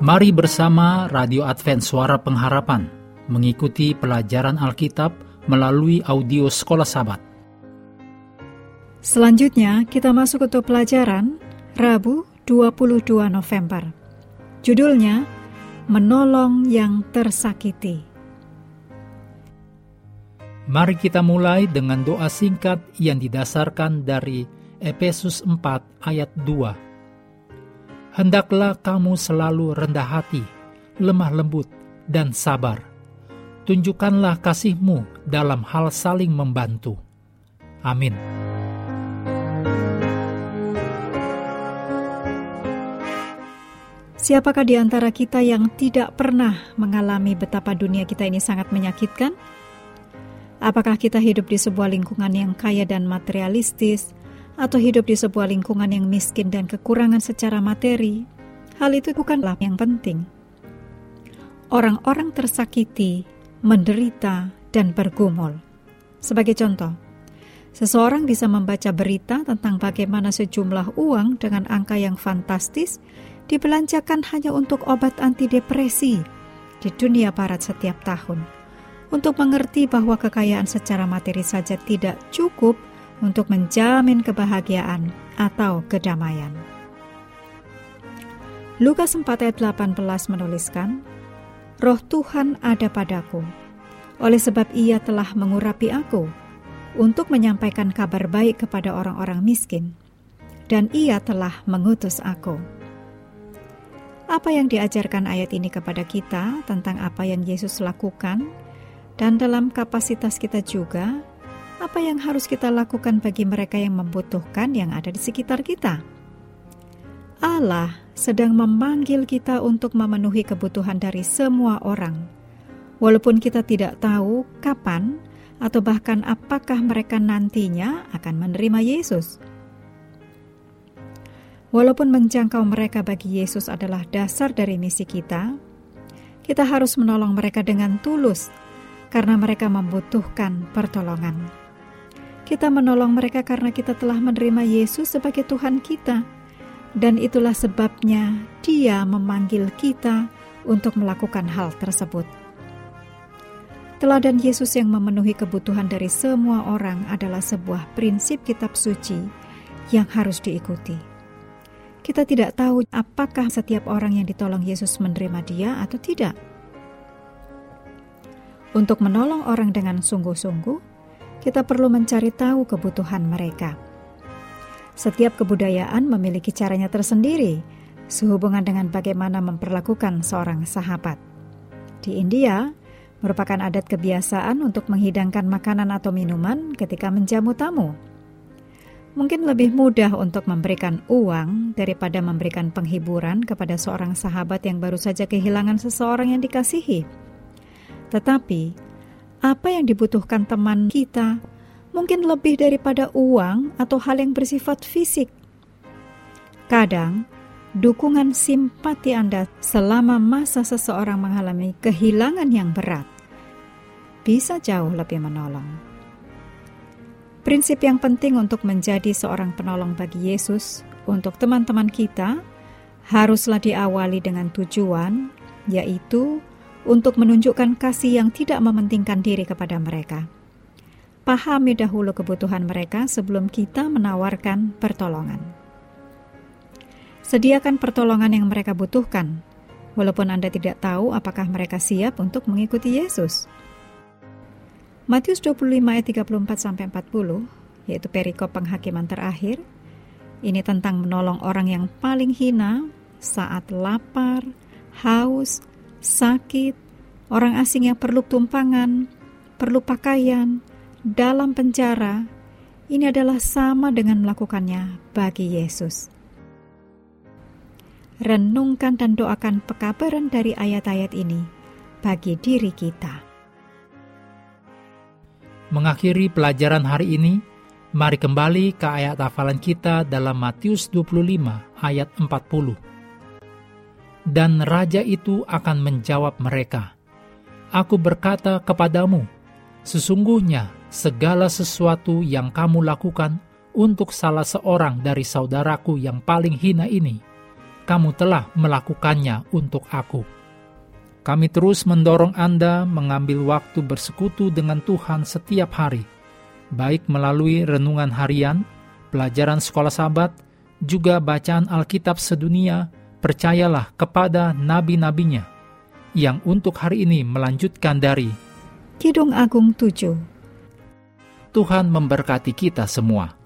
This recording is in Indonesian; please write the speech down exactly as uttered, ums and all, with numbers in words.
Mari bersama Radio Advent Suara Pengharapan mengikuti pelajaran Alkitab melalui audio Sekolah Sabat. Selanjutnya kita masuk untuk pelajaran Rabu dua puluh dua November. Judulnya Menolong yang Tersakiti. Mari kita mulai dengan doa singkat yang didasarkan dari Efesus empat ayat dua. Hendaklah kamu selalu rendah hati, lemah lembut, dan sabar. Tunjukkanlah kasih-Mu dalam hal saling membantu. Amin. Siapakah di antara kita yang tidak pernah mengalami betapa dunia kita ini sangat menyakitkan? Apakah kita hidup di sebuah lingkungan yang kaya dan materialistis, atau hidup di sebuah lingkungan yang miskin dan kekurangan secara materi? Hal itu bukanlah yang penting. Orang-orang tersakiti, menderita, dan bergumul. Sebagai contoh, seseorang bisa membaca berita tentang bagaimana sejumlah uang dengan angka yang fantastis dibelanjakan hanya untuk obat antidepresi di dunia barat setiap tahun, untuk mengerti bahwa kekayaan secara materi saja tidak cukup untuk menjamin kebahagiaan atau kedamaian. Lukas empat ayat delapan belas menuliskan, Roh Tuhan ada padaku, oleh sebab Ia telah mengurapi aku untuk menyampaikan kabar baik kepada orang-orang miskin, dan Ia telah mengutus aku. Apa yang diajarkan ayat ini kepada kita tentang apa yang Yesus lakukan, dan dalam kapasitas kita juga, apa yang harus kita lakukan bagi mereka yang membutuhkan yang ada di sekitar kita? Allah sedang memanggil kita untuk memenuhi kebutuhan dari semua orang, walaupun kita tidak tahu kapan atau bahkan apakah mereka nantinya akan menerima Yesus. Walaupun menjangkau mereka bagi Yesus adalah dasar dari misi kita, kita harus menolong mereka dengan tulus karena mereka membutuhkan pertolongan. Kita menolong mereka karena kita telah menerima Yesus sebagai Tuhan kita, dan itulah sebabnya Dia memanggil kita untuk melakukan hal tersebut. Teladan Yesus yang memenuhi kebutuhan dari semua orang adalah sebuah prinsip kitab suci yang harus diikuti. Kita tidak tahu apakah setiap orang yang ditolong Yesus menerima Dia atau tidak. Untuk menolong orang dengan sungguh-sungguh, kita perlu mencari tahu kebutuhan mereka. Setiap kebudayaan memiliki caranya tersendiri sehubungan dengan bagaimana memperlakukan seorang sahabat. Di India, merupakan adat kebiasaan untuk menghidangkan makanan atau minuman ketika menjamu tamu. Mungkin lebih mudah untuk memberikan uang daripada memberikan penghiburan kepada seorang sahabat yang baru saja kehilangan seseorang yang dikasihi. Tetapi, apa yang dibutuhkan teman kita mungkin lebih daripada uang atau hal yang bersifat fisik. Kadang, dukungan simpati Anda selama masa seseorang mengalami kehilangan yang berat bisa jauh lebih menolong. Prinsip yang penting untuk menjadi seorang penolong bagi Yesus untuk teman-teman kita haruslah diawali dengan tujuan, yaitu untuk menunjukkan kasih yang tidak mementingkan diri kepada mereka. Pahami dahulu kebutuhan mereka sebelum kita menawarkan pertolongan. Sediakan pertolongan yang mereka butuhkan, walaupun Anda tidak tahu apakah mereka siap untuk mengikuti Yesus. Matius dua puluh lima ayat tiga puluh empat sampai empat puluh, yaitu perikop penghakiman terakhir, ini tentang menolong orang yang paling hina saat lapar, haus, sakit, orang asing yang perlu tumpangan, perlu pakaian, dalam penjara. Ini adalah sama dengan melakukannya bagi Yesus. Renungkan dan doakan pekabaran dari ayat-ayat ini bagi diri kita. Mengakhiri pelajaran hari ini, mari kembali ke ayat hafalan kita dalam Matius dua puluh lima ayat empat puluh. Dan raja itu akan menjawab mereka, Aku berkata kepadamu, sesungguhnya segala sesuatu yang kamu lakukan untuk salah seorang dari saudaraku yang paling hina ini, kamu telah melakukannya untuk aku. Kami terus mendorong Anda mengambil waktu bersekutu dengan Tuhan setiap hari, baik melalui renungan harian, pelajaran sekolah Sabat, juga bacaan Alkitab sedunia. Percayalah kepada nabi-nabinya, yang untuk hari ini melanjutkan dari Kidung Agung tujuh. Tuhan memberkati kita semua.